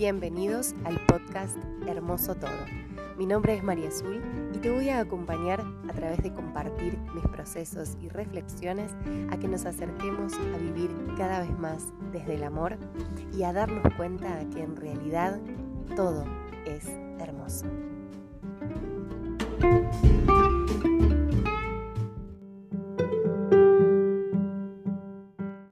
Bienvenidos al podcast Hermoso Todo. Mi nombre es María Azul y te voy a acompañar a través de compartir mis procesos y reflexiones a que nos acerquemos a vivir cada vez más desde el amor y a darnos cuenta que en realidad todo es hermoso.